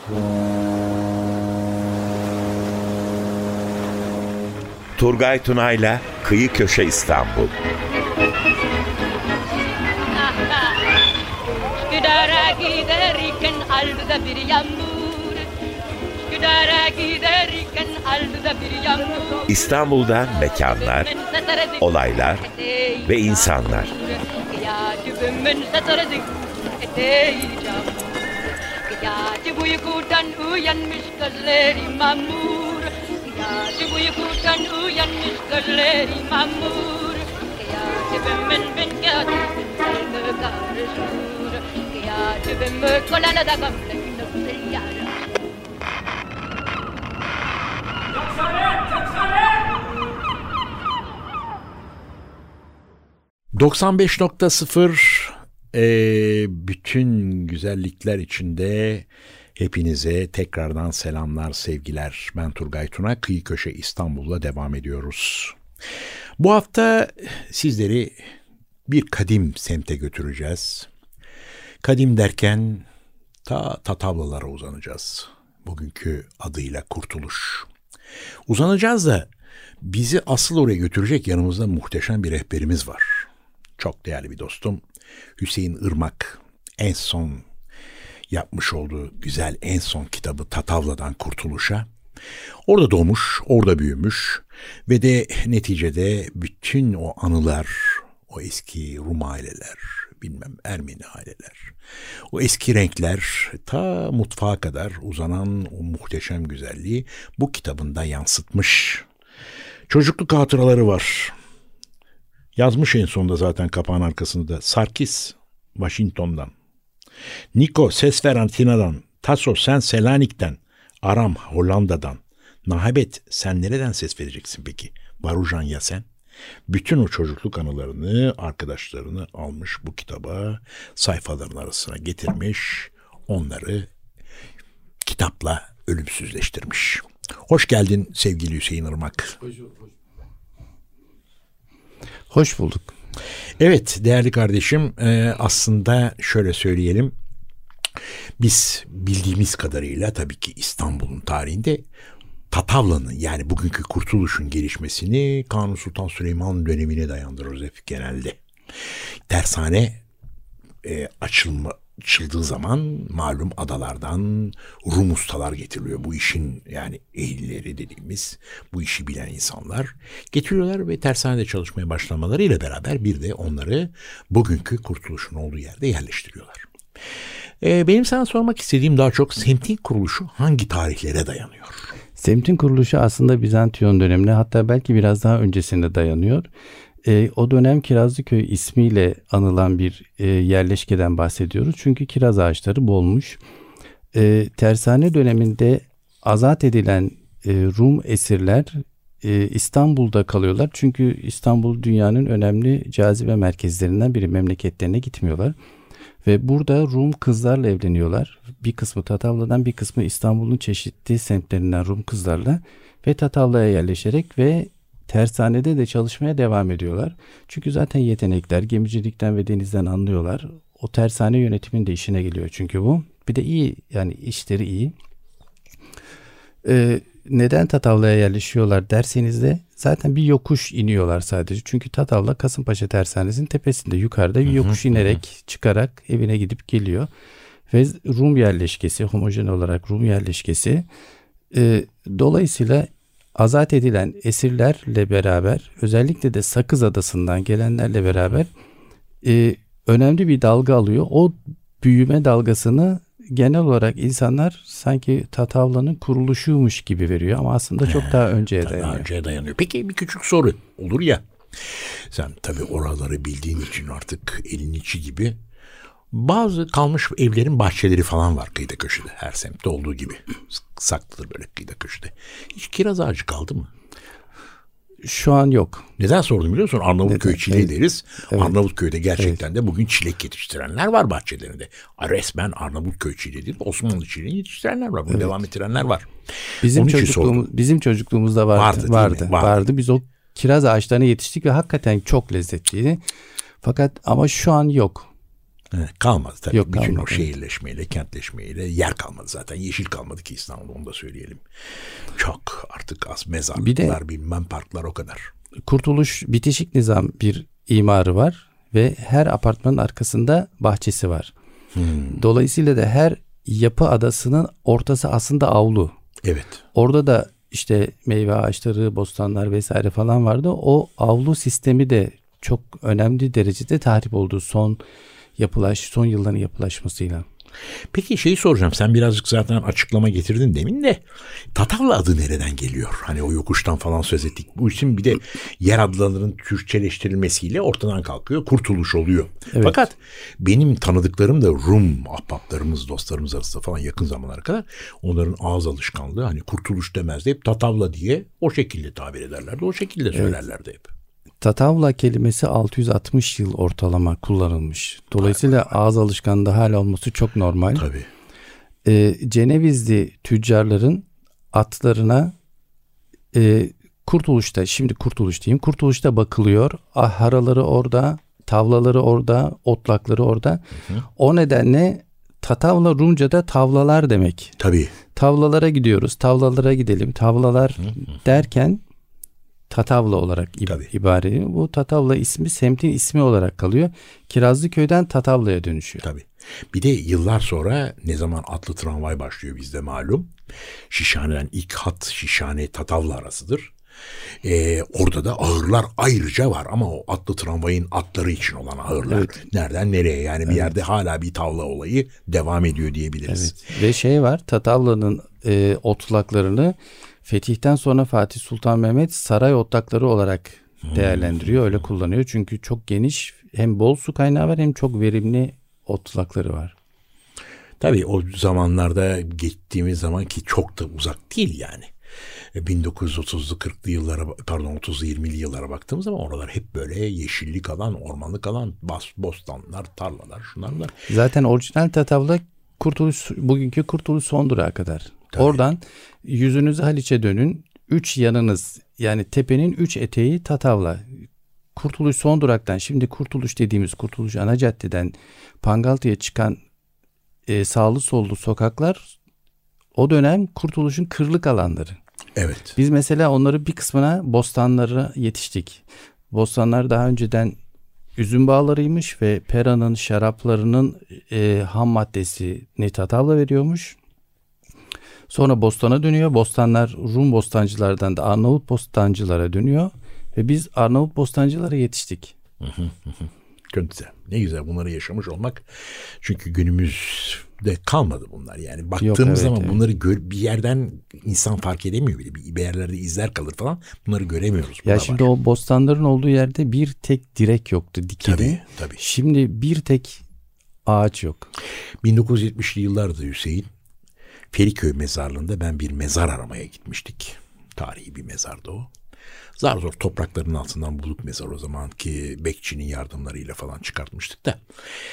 Turgay Tunay'la Kıyı Köşe İstanbul. Üsküdar'a giderken aldı bir yağmur. Üsküdar'a giderken aldı bir yağmur. İstanbul'da mekanlar, olaylar ve insanlar. Gece uykudan uyanmış gözleri mamur. Gece uykudan uyanmış gözleri mamur. Gece ben gece karışır. Gece ben kolana da gamle yar. 95.0 bütün güzellikler içinde hepinize tekrardan selamlar, sevgiler. Ben Turgay Tuna, Kıyı Köşe İstanbul'la devam ediyoruz. Bu hafta sizleri bir kadim semte götüreceğiz. Kadim derken ta Tatavlalara uzanacağız. Bugünkü adıyla Kurtuluş. Uzanacağız da bizi asıl oraya götürecek yanımızda muhteşem bir rehberimiz var. Çok değerli bir dostum Hüseyin Irmak, en son yapmış olduğu güzel en son kitabı Tatavla'dan Kurtuluş'a. Orada doğmuş, orada büyümüş ve de neticede bütün o anılar, o eski Rum aileler, Ermeni aileler, o eski renkler ta mutfağa kadar uzanan o muhteşem güzelliği bu kitabında yansıtmış. Çocukluk hatıraları var. Yazmış en sonunda zaten kapağın arkasında. Sarkis, Washington'dan. Niko, ses ver Atina'dan. Taso, sen Selanik'ten. Aram, Hollanda'dan. Nahabet, sen nereden ses vereceksin peki? Varujan ya sen? Bütün o çocukluk anılarını, arkadaşlarını almış bu kitaba, sayfaların arasına getirmiş, onları kitapla ölümsüzleştirmiş. Hoş geldin sevgili Hüseyin Irmak. Hoş bulduk. Evet değerli kardeşim, aslında şöyle söyleyelim. Biz bildiğimiz kadarıyla tabii ki İstanbul'un tarihinde Tatavla'nın, yani bugünkü Kurtuluş'un gelişmesini Kanuni Sultan Süleyman dönemine dayandırırız hep genelde. Dershane açıldığı zaman malum adalardan Rum ustalar getiriliyor. Bu işin yani ehlileri dediğimiz, bu işi bilen insanlar getiriyorlar ve tersanede çalışmaya başlamalarıyla beraber bir de onları bugünkü Kurtuluş'un olduğu yerde yerleştiriyorlar. Benim sana sormak istediğim daha çok semtin kuruluşu hangi tarihlere dayanıyor? Semtin kuruluşu aslında Bizantiyon dönemine, hatta belki biraz daha öncesine dayanıyor. O dönem Kirazlıköy ismiyle anılan bir yerleşkeden bahsediyoruz. Çünkü kiraz ağaçları bolmuş. Tersane döneminde azat edilen Rum esirler İstanbul'da kalıyorlar. Çünkü İstanbul dünyanın önemli cazibe merkezlerinden biri. Memleketlerine gitmiyorlar. Ve burada Rum kızlarla evleniyorlar. Bir kısmı Tatavla'dan, bir kısmı İstanbul'un çeşitli semtlerinden Rum kızlarla ve Tatavla'ya yerleşerek ve tersanede de çalışmaya devam ediyorlar. Çünkü zaten yetenekler, gemicilikten ve denizden anlıyorlar. O tersane yönetimin de işine geliyor çünkü bu. Bir de iyi, yani işleri iyi. Neden Tatavla'ya yerleşiyorlar derseniz de zaten bir yokuş iniyorlar sadece. Çünkü Tatavla Kasımpaşa Tersanesi'nin tepesinde, yukarıda bir yokuş inerek çıkarak evine gidip geliyor. Ve Rum yerleşkesi, homojen olarak Rum yerleşkesi. Dolayısıyla azat edilen esirlerle beraber, özellikle de Sakız Adası'ndan gelenlerle beraber önemli bir dalga alıyor. O büyüme dalgasını genel olarak insanlar sanki Tatavla'nın kuruluşuymuş gibi veriyor ama aslında çok daha önceye dayanıyor. Peki bir küçük soru olur ya. Sen tabii oraları bildiğin için artık elin içi gibi. Bazı kalmış evlerin bahçeleri falan var kıyıda köşede. Her semtte olduğu gibi. Saklıdır böyle kıyıda köşede. Hiç kiraz ağacı kaldı mı? Şu an yok. Neden sordum biliyor musun? Arnavutköy çileği deriz. Evet. Arnavutköy'de gerçekten de bugün çilek yetiştirenler var bahçelerinde. Resmen Arnavutköy çileği değil, Osmanlı çileği yetiştirenler var. Bunu devam ettirenler var. Bizim çocukluğumuzda vardı. Biz o kiraz ağaçlarına yetiştik ve hakikaten çok lezzetliydi. Fakat ama şu an yok. Kalmadı tabii. Yok, bütün kalmadı. o şehirleşmeyle, kentleşmeyle yer kalmadı zaten. Yeşil kalmadı ki İstanbul'da, onu da söyleyelim. Çok artık az mezarlıklar, bilmem parklar, o kadar. Kurtuluş bitişik nizam bir imarı var ve her apartmanın arkasında bahçesi var. Dolayısıyla da her yapı adasının ortası aslında avlu. Evet. Orada da işte meyve ağaçları, bostanlar vesaire falan vardı. O avlu sistemi de çok önemli derecede tahrip oldu son yılların yapılaşmasıyla. Peki şeyi soracağım. Sen birazcık zaten açıklama getirdin demin de. Tatavla adı nereden geliyor? Hani o yokuştan falan söz ettik. Bu için bir de yer adlarının Türkçeleştirilmesiyle ortadan kalkıyor. Kurtuluş oluyor. Evet. Fakat benim tanıdıklarım da Rum ahbaplarımız, dostlarımız arasında falan yakın zamanlara kadar onların ağız alışkanlığı hani kurtuluş demezdi. Hep Tatavla diye o şekilde tabir ederlerdi. O şekilde söylerlerdi hep. Tatavla kelimesi 660 yıl ortalama kullanılmış. Dolayısıyla ağız alışkanlığı hala olması çok normal. Tabii. Cenevizli tüccarların atlarına Kurtuluş'ta, şimdi Kurtuluş diyeyim, Kurtuluş'ta bakılıyor. Haraları orada, tavlaları orada, otlakları orada. O nedenle Tatavla Rumca'da tavlalar demek. Tabii. Tavlalara gidiyoruz, tavlalara gidelim, tavlalar derken Tatavla olarak ibare. Bu Tatavla ismi semtin ismi olarak kalıyor. Kirazlıköy'den Tatavla'ya dönüşüyor. Tabii. Bir de yıllar sonra ne zaman atlı tramvay başlıyor bizde malum. Şişhane'den ilk hat Şişhane Tatavla arasıdır. Orada da ağırlar ayrıca var ama o atlı tramvayın atları için olan ağırlar. Evet. Nereden nereye yani bir yerde hala bir tavla olayı devam ediyor diyebiliriz. Evet. Ve şey var, Tatavla'nın otlaklarını fetihten sonra Fatih Sultan Mehmet saray otlakları olarak değerlendiriyor. Öyle kullanıyor. Çünkü çok geniş, hem bol su kaynağı var hem çok verimli otlakları var. Tabii o zamanlarda gittiğimiz zaman ki çok da uzak değil yani. 1930'lu 40'lı yıllara 30'lu 20'li yıllara baktığımız zaman oralar hep böyle yeşillik alan, ormanlık alan, bostanlar, tarlalar, şunlar bunlar. Zaten orijinal Tatavla bugünkü Kurtuluş son durağı kadar. Tabii. Oradan yüzünüzü Haliç'e dönün. 3 yanınız yani tepenin 3 eteği Tatavla. Kurtuluş son duraktan, şimdi Kurtuluş dediğimiz Kurtuluş ana caddeden Pangaltı'ya çıkan sağlı sollu sokaklar o dönem Kurtuluş'un kırlık alanları. Evet. Biz mesela onları bir kısmına bostanlara yetiştik. Bostanlar daha önceden üzüm bağlarıymış ve Pera'nın şaraplarının ham maddesini Tatavla veriyormuş. Sonra bostana dönüyor. Bostanlar Rum bostancılardan da Arnavut bostancılara dönüyor. Ve biz Arnavut bostancılara yetiştik. Çok güzel. Ne güzel bunları yaşamış olmak. Çünkü günümüzde kalmadı bunlar. Yani baktığımız zaman bunları bir yerden insan fark edemiyor bile. Bir yerlerde izler kalır falan. Bunları göremiyoruz. Ya şimdi var. O bostanların olduğu yerde bir tek direk yoktu, dikili. Tabii. Şimdi bir tek ağaç yok. 1970'li yıllarda Hüseyin, Feriköy mezarlığında ben bir mezar aramaya gitmiştik. Tarihi bir mezardı o. Zar zor toprakların altından bulduk mezar, o zaman ki bekçinin yardımlarıyla falan çıkartmıştık da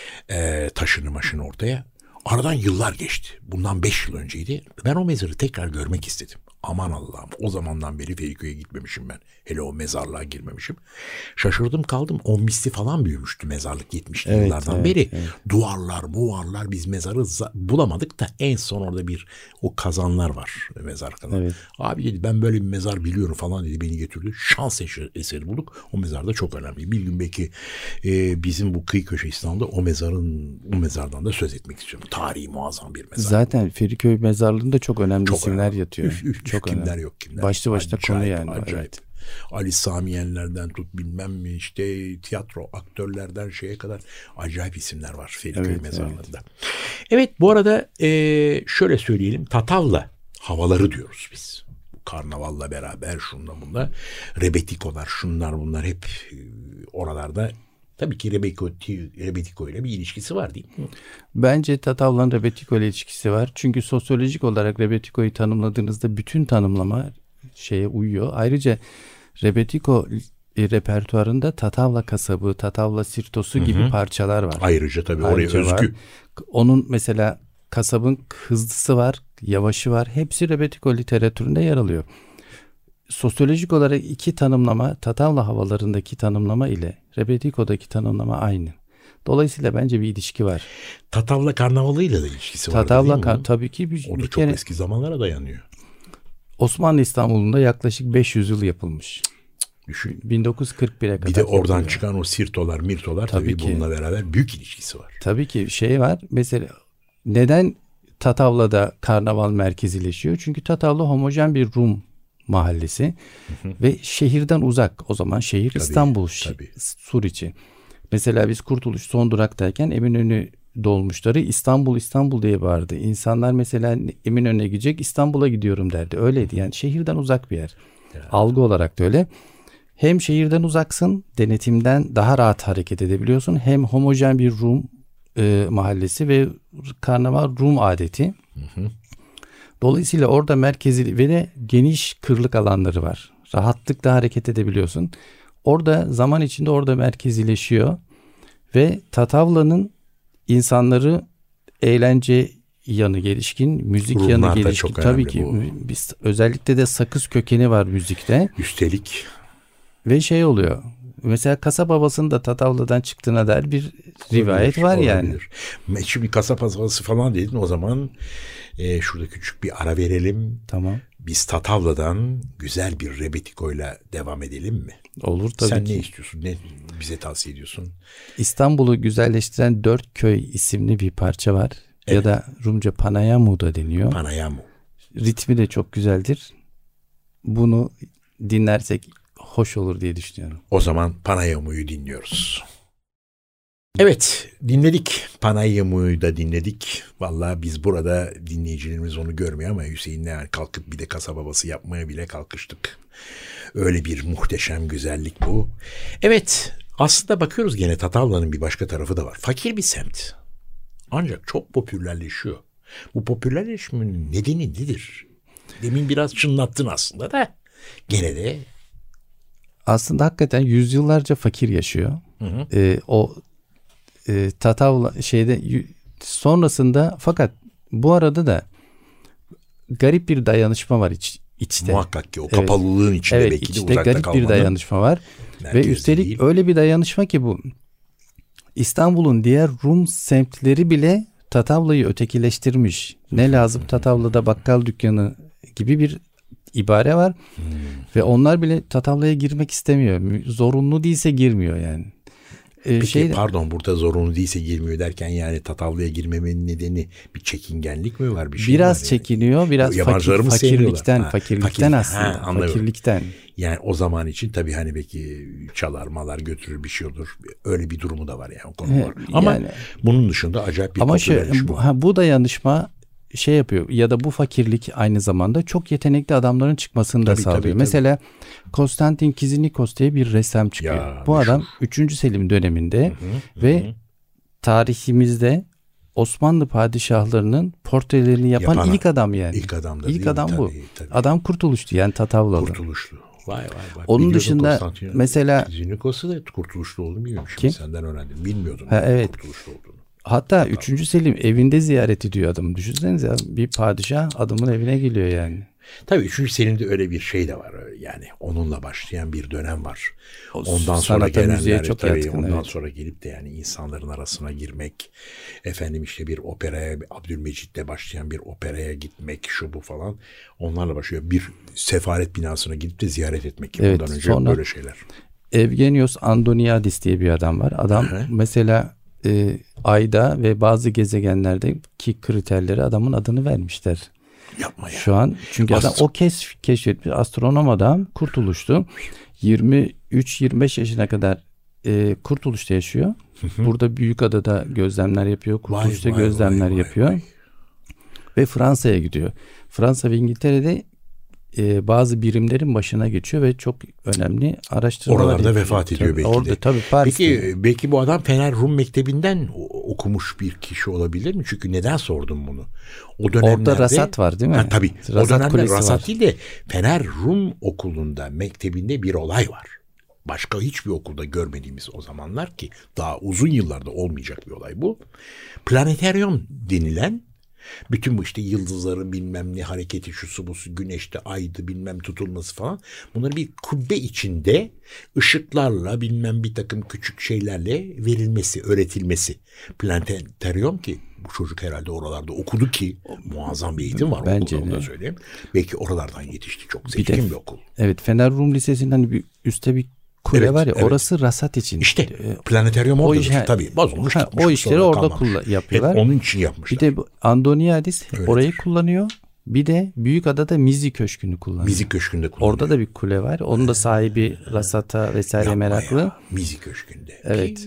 taşını maşını ortaya. Aradan yıllar geçti. Bundan 5 yıl önceydi. Ben o mezarı tekrar görmek istedim. Aman Allah'ım, o zamandan beri Feriköy'e gitmemişim ben. Hele o mezarlığa girmemişim. Şaşırdım kaldım. 10 misli falan büyümüştü mezarlık 70'li yıllardan beri. Evet. Duvarlar biz mezarı bulamadık da en son orada o kazanlar var, mezar kazanı. Evet. Abi dedi ben böyle bir mezar biliyorum falan dedi, beni götürdü. Şans eseri bulduk. O mezar da çok önemli. Bir gün belki bizim bu kıyı köşe İstanbul'da o mezardan da söz etmek istiyorum. Tarihi muazzam bir mezar. Zaten Feriköy mezarlığında çok önemli isimler yatıyor. Çok kimler önemli. Yok kimler. Başlı başına konu yani. Acayip. Evet. Ali Samiyenlerden tut bilmem mi işte tiyatro aktörlerden şeye kadar acayip isimler var Feriköy mezarlığında. Evet bu arada şöyle söyleyelim, Tatavla havaları diyoruz biz. Karnavalla beraber şunla bunla rebetikolar şunlar bunlar hep oralarda. Tabii ki Rebetiko ile bir ilişkisi var değil mi? Bence Tatavla'nın Rebetiko ile ilişkisi var. Çünkü sosyolojik olarak Rebetiko'yu tanımladığınızda bütün tanımlama şeye uyuyor. Ayrıca Rebetiko repertuarında Tatavla kasabı, Tatavla sirtosu gibi parçalar var. Ayrıca tabii oraya özgü. Var. Onun mesela kasabın hızlısı var, yavaşı var. Hepsi Rebetiko literatüründe yer alıyor. Sosyolojik olarak iki tanımlama, Tatavla havalarındaki tanımlama ile Rebetiko'daki tanımlama aynı. Dolayısıyla bence bir ilişki var. Tatavla karnavalıyla da ilişkisi var. Tatavla tabii ki O da bir çok kere eski zamanlara dayanıyor. Osmanlı İstanbul'unda yaklaşık 500 yıl yapılmış. Düşün. 1941'e kadar. Bir de oradan yapılıyor. çıkan o sirtolar, mirtolar tabii ki. bununla beraber büyük ilişkisi var. Tabii ki şey var. Mesela neden Tatavla'da karnaval merkezileşiyor? Çünkü Tatavla homojen bir Rum mahallesi ve şehirden uzak. O zaman şehir İstanbul, tabii. Suriçi. Mesela biz Kurtuluş son duraktayken Eminönü dolmuşları İstanbul diye bağırdı. İnsanlar mesela Eminönü'ne gidecek, İstanbul'a gidiyorum derdi. Öyleydi yani, şehirden uzak bir yer. Algı olarak da öyle. Hem şehirden uzaksın, denetimden daha rahat hareket edebiliyorsun. Hem homojen bir Rum mahallesi ve karnaval Rum adeti. Dolayısıyla orada merkezi ve de geniş kırlık alanları var. Rahatlıkla hareket edebiliyorsun. Orada zaman içinde orada merkezileşiyor ve Tatavla'nın insanları eğlence yanı gelişkin, müzik Rumlar yanı da gelişkin. çok Tabii önemli ki bu. biz özellikle de sakız kökeni var müzikte. Üstelik Ve şey oluyor. Mesela kasap havasının da Tatavla'dan çıktığına dair bir rivayet var yani. olabilir. Şimdi kasap havası falan dedin, o zaman şurada küçük bir ara verelim. Tamam. Biz Tatavla'dan güzel bir rebetikoyla devam edelim mi? Olur tabii Sen ki. ne istiyorsun? Ne bize tavsiye ediyorsun? İstanbul'u güzelleştiren 4 köy isimli bir parça var. Evet. Ya da Rumca Panayamu da deniyor. Panayamu. Ritmi de çok güzeldir. Bunu dinlersek hoş olur diye düşünüyorum. O zaman Panayamu'yu dinliyoruz. Evet, dinledik. Panayamu'yu da dinledik. Vallahi biz burada, dinleyicilerimiz onu görmüyor ama Hüseyin'le kalkıp bir de kasaba havası yapmaya bile kalkıştık. Öyle bir muhteşem güzellik bu. Evet, aslında bakıyoruz gene Tatavla'nın bir başka tarafı da var. Fakir bir semt. Ancak çok popülerleşiyor. Bu popülerleşmenin nedeni nedir? Demin biraz çınlattın aslında da. Gene de Aslında hakikaten yüzyıllarca fakir yaşıyor. O Tatavla sonrasında, fakat bu arada da garip bir dayanışma var içte. muhakkak ki o kapalılığın içinde belki de içte uzakta garip kalmanın bir dayanışma var. merkezi Ve üstelik değil. öyle bir dayanışma ki bu İstanbul'un diğer Rum semtleri bile Tatavla'yı ötekileştirmiş. Ne lazım Tatavla'da bakkal dükkanı gibi bir ibare var. Ve onlar bile Tatavla'ya girmek istemiyor. Zorunlu değilse girmiyor yani. Peki pardon, burada zorunlu değilse girmiyor derken yani Tatavla'ya girmemenin nedeni bir çekingenlik mi var? Bir şey biraz var yani? çekiniyor, biraz Yabancılarımız fakirlikten sevmiyorlar. aslında. Anladım. Fakirlikten. Yani o zaman için tabii hani belki çalar malar götürür bir şey olur. Öyle bir durumu da var yani, o konu var. Ama Yani, bunun dışında acayip bir ama popülerleşme. bu dayanışma şey yapıyor ya da bu fakirlik aynı zamanda çok yetenekli adamların çıkmasını da Tabii, sağlıyor. tabii. Mesela Konstantin Kizinikos diye bir ressam çıkıyor. Ya, Bu meşhur. adam 3. Selim döneminde ve tarihimizde Osmanlı padişahlarının portrelerini yapan ilk adam yani. İlk adam da İlk değil mi? adam bu. Tabii. Adam Kurtuluş'tu yani Tatavlalı. Kurtuluşlu. Vay. Onun Biliyordum dışında Konstantin mesela Zinikos'u da Kurtuluşlu olduğunu bilmiyorum. Kim? Senden öğrendim. Bilmiyordum. Evet. Kurtuluşlu olduğunu. hatta 3. Selim evinde ziyaret ediyor adamı. Düşünsenize, bir padişah adamın evine geliyor yani. Tabii 3. Selim'de öyle bir şey de var. Yani onunla başlayan bir dönem var. Ondan sonra sanata, müziğe gelenler çok tabii yatkın, ondan evet. sonra gelip de yani insanların arasına girmek, efendim işte bir operaya, Abdülmecit'le başlayan bir operaya gitmek, şu bu falan, onlarla başlıyor. Bir sefaret binasına gidip de ziyaret etmek. Evet, Bundan önce sonra böyle şeyler. Evgenios Andoniadis diye bir adam var. Adam mesela ayda ve bazı gezegenlerdeki kriterleri adamın adını vermişler. Yapma ya. Şu an çünkü adam o keşfetmiş, astronom adam, Kurtuluş'tu. 23-25 yaşına kadar Kurtuluş'ta yaşıyor. Burada Büyükada'da gözlemler yapıyor. Kurtuluş'ta gözlemler yapıyor. Ve Fransa'ya gidiyor. Fransa ve İngiltere'de bazı birimlerin başına geçiyor ve çok önemli araştırmalar Oralarda yapıyor. vefat ediyor belki orada, de. Tabii Paris'te. Belki bu adam Fener Rum Mektebi'nden okumuş bir kişi olabilir mi? Çünkü neden sordum bunu? O dönemlerde Orada rasat var değil mi? Tabii. Rasat o dönemde kulesi rasat var. değil de Fener Rum okulunda, mektebinde bir olay var. Başka hiçbir okulda görmediğimiz o zamanlar, ki daha uzun yıllarda olmayacak bir olay bu. Planeteryon denilen Bütün bu işte yıldızların bilmem ne hareketi, şusu busu, güneşte, aydı bilmem tutulması falan. Bunları bir kubbe içinde ışıklarla bilmem bir takım küçük şeylerle verilmesi, öğretilmesi. Planetaryum ki bu çocuk herhalde oralarda okudu ki muazzam bir eğitim var. Bence okulda, onu da de. söyleyeyim. Belki oralardan yetişti. Çok zengin bir okul. Evet, Fener Rum Lisesi'nin hani bir üstte bir kule Evet, var ya, evet. orası rasat için. İşte planetaryum oradadır iş- tabii. Bozulmuş ha, gitmiş. o işleri sonra orada kalmamış. yapıyorlar. Hep onun için yapmışlar. Bir de bu Andoniadis Öyledir. orayı kullanıyor. Bir de Büyükada'da Mizi Köşkü'nü kullanıyor. Mizi Köşkü'nde kullanılıyor. Orada da bir kule var. Onun da sahibi rasata vesaire Yapma meraklı. ya, Mizi Köşkü'nde. Evet.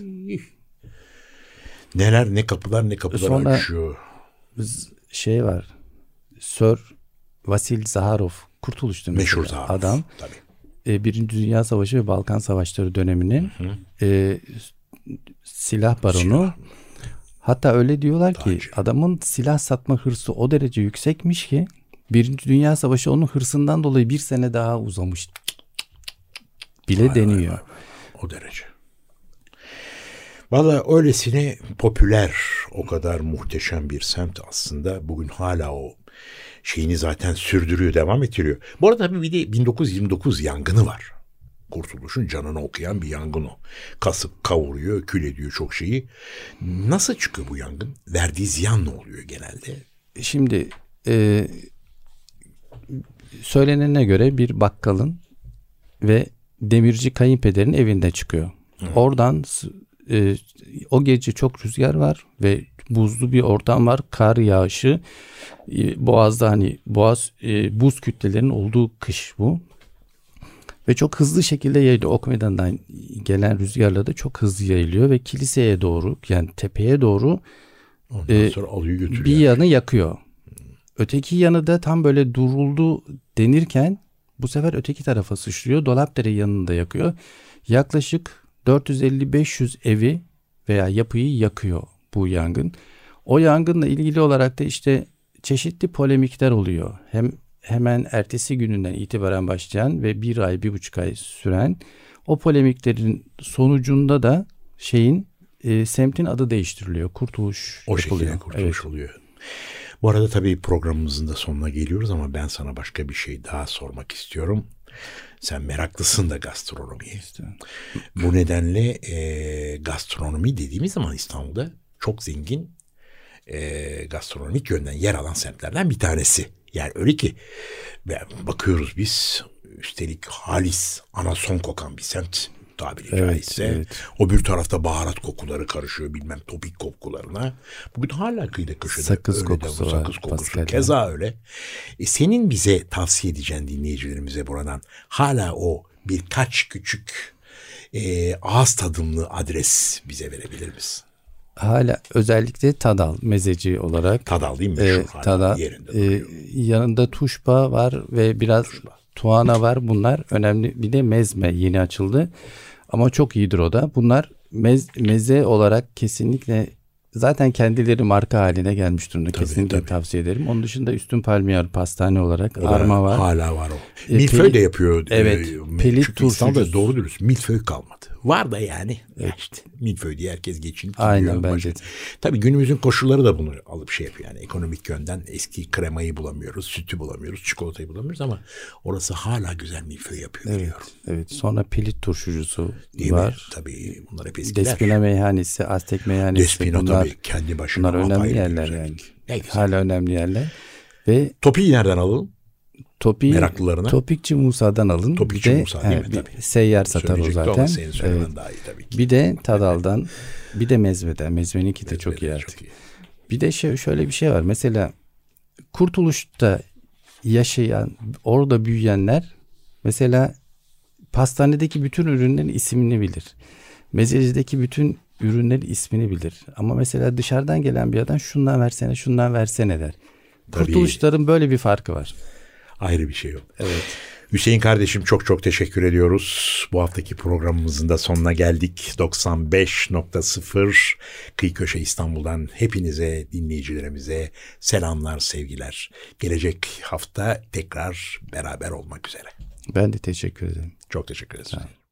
Neler ne kapılar Sonra- açıyor. Şey var. Sir Vasil Zaharov, Kurtuluş demek. Meşhur Zaharov. Adam. Tabii. Birinci Dünya Savaşı ve Balkan Savaşları döneminin silah baronu. Hatta öyle diyorlar ki Tacı. adamın silah satma hırsı o derece yüksekmiş ki Birinci Dünya Savaşı onun hırsından dolayı bir sene daha uzamış bile deniyor. O derece. Valla öylesine popüler, o kadar muhteşem bir semt aslında bugün hala o şeyini zaten sürdürüyor, devam ettiriyor. Bu arada tabii bir de 1929 yangını var. Kurtuluş'un canını okuyan bir yangın o. Kasıp kavuruyor, kül ediyor çok şeyi. Nasıl çıkıyor bu yangın? Verdiği ziyan ne oluyor genelde? Şimdi söylenene göre bir bakkalın ve demirci kayınpederin evinde çıkıyor. Oradan o gece çok rüzgar var ve buzlu bir ortam var. Kar yağışı, boğazda hani buz kütlelerinin olduğu kış bu. Ve çok hızlı şekilde yayılıyor. Ok Meydanı'ndan gelen rüzgarla da çok hızlı yayılıyor ve kiliseye doğru, yani tepeye doğru Ondan sonra alıyor götürüyor. bir yanı yakıyor. Öteki yanı da tam böyle duruldu denirken bu sefer öteki tarafa sıçrıyor. Dolapdere yanını da yakıyor. Yaklaşık 450-500 evi veya yapıyı yakıyor bu yangın. O yangınla ilgili olarak da işte çeşitli polemikler oluyor. Hemen ertesi gününden itibaren başlayan ve 1 ay, 1,5 ay süren o polemiklerin sonucunda da semtin adı değiştiriliyor. Kurtuluş O yapılıyor. şekilde kurtuluş oluyor. Bu arada tabii programımızın da sonuna geliyoruz ama ben sana başka bir şey daha sormak istiyorum. Sen meraklısın da gastronomiye. Bu nedenle gastronomi dediğimiz zaman İstanbul'da çok zengin gastronomik yönden yer alan semtlerden bir tanesi. Yani öyle ki bakıyoruz biz, üstelik halis, anason kokan bir semt tabiri caizse. Evet. O bir tarafta baharat kokuları karışıyor bilmem topik kokularına. Bugün hala kıyıda köşede Sakız öyle kokusu var, sakız kokusu. Pascal. Keza öyle. Senin bize tavsiye edeceğin dinleyicilerimize buradan hala o birkaç küçük ağız tadımlı adres bize verebilir misin? Hala özellikle Tadal mezeci olarak. Tadal değil mi? Meşhur hala Tadal. yerinde duruyor. Yanında tuşba var ve biraz tuana var. Bunlar önemli. Bir de mezme yeni açıldı. Ama çok iyidir o da. Bunlar meze olarak kesinlikle zaten kendileri marka haline gelmiş durumda. Kesinlikle tavsiye ederim. Onun dışında Üstün Palmiyer pastane olarak arma var. Hala var o. Milföy de yapıyor. Evet. Pelit Çünkü İstanbul'da turşucusu. doğru dürüst milföy kalmadı. Var da yani. İşte milföy diye herkes geçinip gidiyor. Aynen bence. Tabii günümüzün koşulları da bunu alıp şey yapıyor. Yani ekonomik yönden eski kremayı bulamıyoruz, sütü bulamıyoruz, çikolatayı bulamıyoruz ama orası hala güzel milföy yapıyor. Evet. Evet. Sonra Pelit turşucusu Değil var. mi? Tabii bunlar hep eskiler. Despina meyhanesi, Aztek meyhanesi. Despina bunlar, tabii kendi başına. bunlar önemli apayrı bir yerler güzellik. yani. Ne güzel. Hala önemli yerler. Ve Topi'yi nereden alalım? Meraklılarına. Topikçi Musa'dan alın. Topikçi Bir de, Musa değil mi? bir Tabii. seyyar satar o Söyleyecekti zaten. ama senin söylemen Evet. daha iyi tabii ki. Bir de Tadal'dan, bir de Mezve'den. Mezve'ninki de çok iyi Çok artık. iyi. Bir de şöyle bir şey var. Mesela Kurtuluş'ta yaşayan, orada büyüyenler mesela pastanedeki bütün ürünlerin ismini bilir. Mezecideki bütün ürünlerin ismini bilir. Ama mesela dışarıdan gelen bir adam şundan versene, şundan versene der. Tabii. Kurtuluşların böyle bir farkı var. Ayrı bir şey yok. Evet. Hüseyin kardeşim çok teşekkür ediyoruz. Bu haftaki programımızın da sonuna geldik. 95.0 Kıyı Köşe İstanbul'dan hepinize, dinleyicilerimize selamlar, sevgiler. Gelecek hafta tekrar beraber olmak üzere. Ben de teşekkür ederim. Çok teşekkür ederiz.